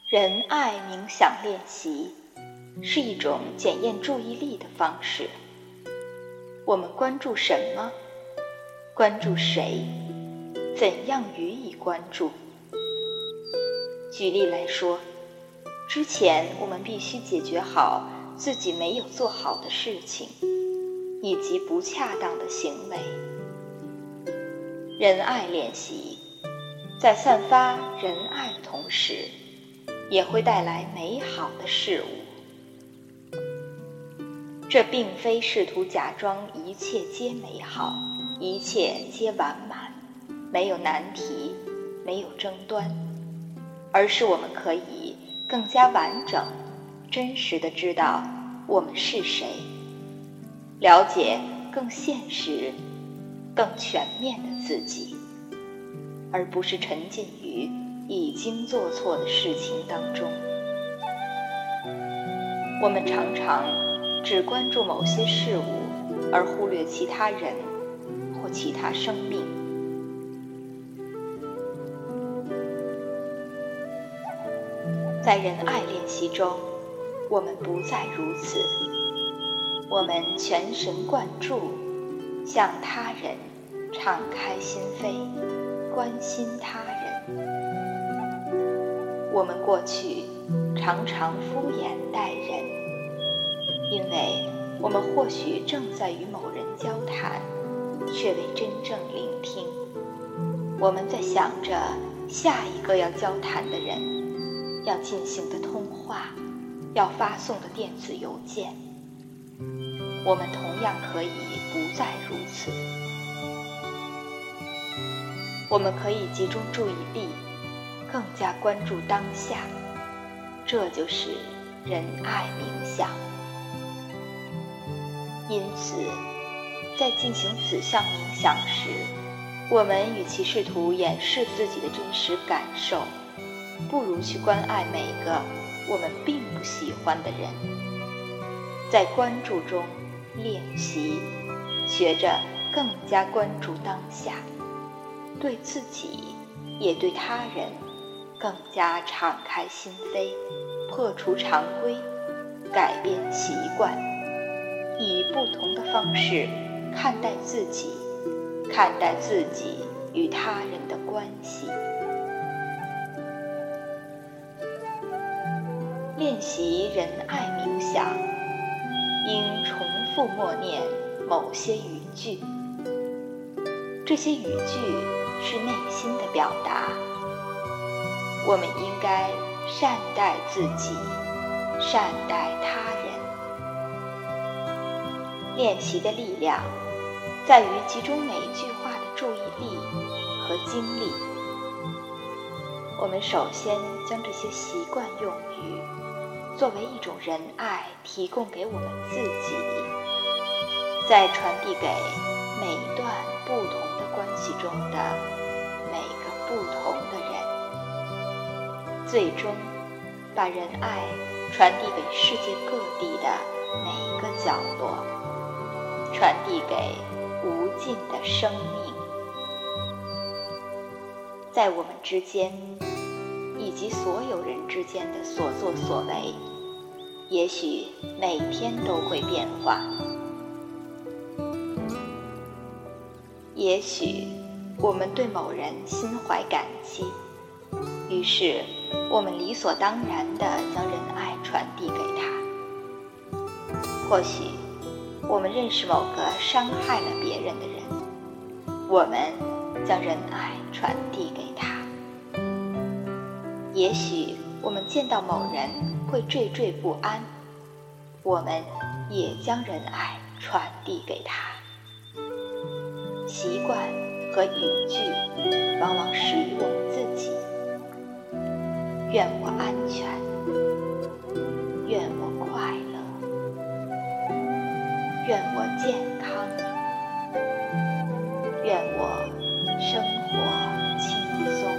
仁爱冥想练习是一种检验注意力的方式。我们关注什么？关注谁？怎样予以关注？举例来说，之前我们必须解决好自己没有做好的事情，以及不恰当的行为。仁爱练习在散发仁爱的同时，也会带来美好的事物。这并非试图假装一切皆美好，一切皆完满，没有难题，没有争端，而是我们可以更加完整、真实地知道我们是谁，了解更现实、更全面的自己，而不是沉浸于已经做错的事情当中。我们常常只关注某些事物，而忽略其他人或其他生命。在仁爱练习中，我们不再如此，我们全神贯注，向他人敞开心扉，关心他人。我们过去常常敷衍待人，因为我们或许正在与某人交谈，却未真正聆听。我们在想着下一个要交谈的人，要进行的通话，要发送的电子邮件。我们同样可以不再如此。我们可以集中注意力，更加关注当下，这就是仁爱冥想。因此，在进行此项冥想时，我们与其试图掩饰自己的真实感受，不如去关爱每个我们并不喜欢的人。在关注中练习，学着更加关注当下，对自己也对他人更加敞开心扉，破除常规，改变习惯，以不同的方式看待自己，看待自己与他人的关系。练习仁爱冥想，应重复默念某些语句。这些语句是内心的表达。我们应该善待自己，善待他人。练习的力量在于集中每一句话的注意力和精力。我们首先将这些习惯用语作为一种仁爱提供给我们自己，再传递给每一段不同的关系中的每个不同的人，最终把仁爱传递给世界各地的每个角落，传递给无尽的生命。在我们之间以及所有人之间的所作所为，也许每天都会变化。也许我们对某人心怀感激，于是我们理所当然地将仁爱传递给他。或许我们认识某个伤害了别人的人，我们将仁爱传递给他。也许我们见到某人会惴惴不安，我们也将仁爱传递给他。习惯和语句往往始于我们自己。愿我安全，愿我快乐，愿我健康，愿我生活轻松。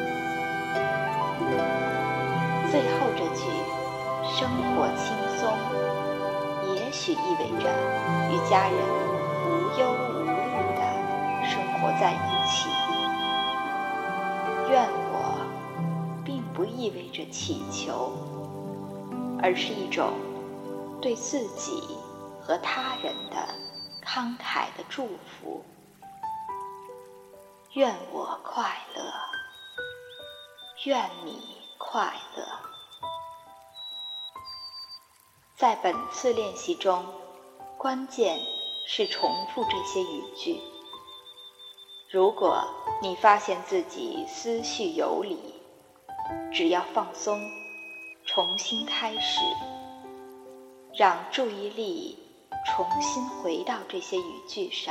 最后这句生活轻松，也许意味着与家人无忧无虑地生活在一起。愿我并不不意味着祈求，而是一种对自己和他人的慷慨的祝福。愿我快乐，愿你快乐。在本次练习中，关键是重复这些语句。如果你发现自己思绪游离，只要放松，重新开始，让注意力重新回到这些语句上。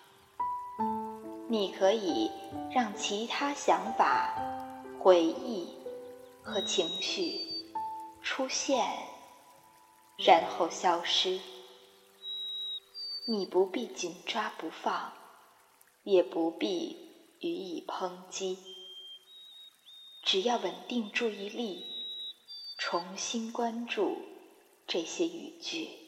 你可以让其他想法、回忆和情绪出现，然后消失。你不必紧抓不放，也不必予以抨击，只要稳定注意力，重新关注这些语句。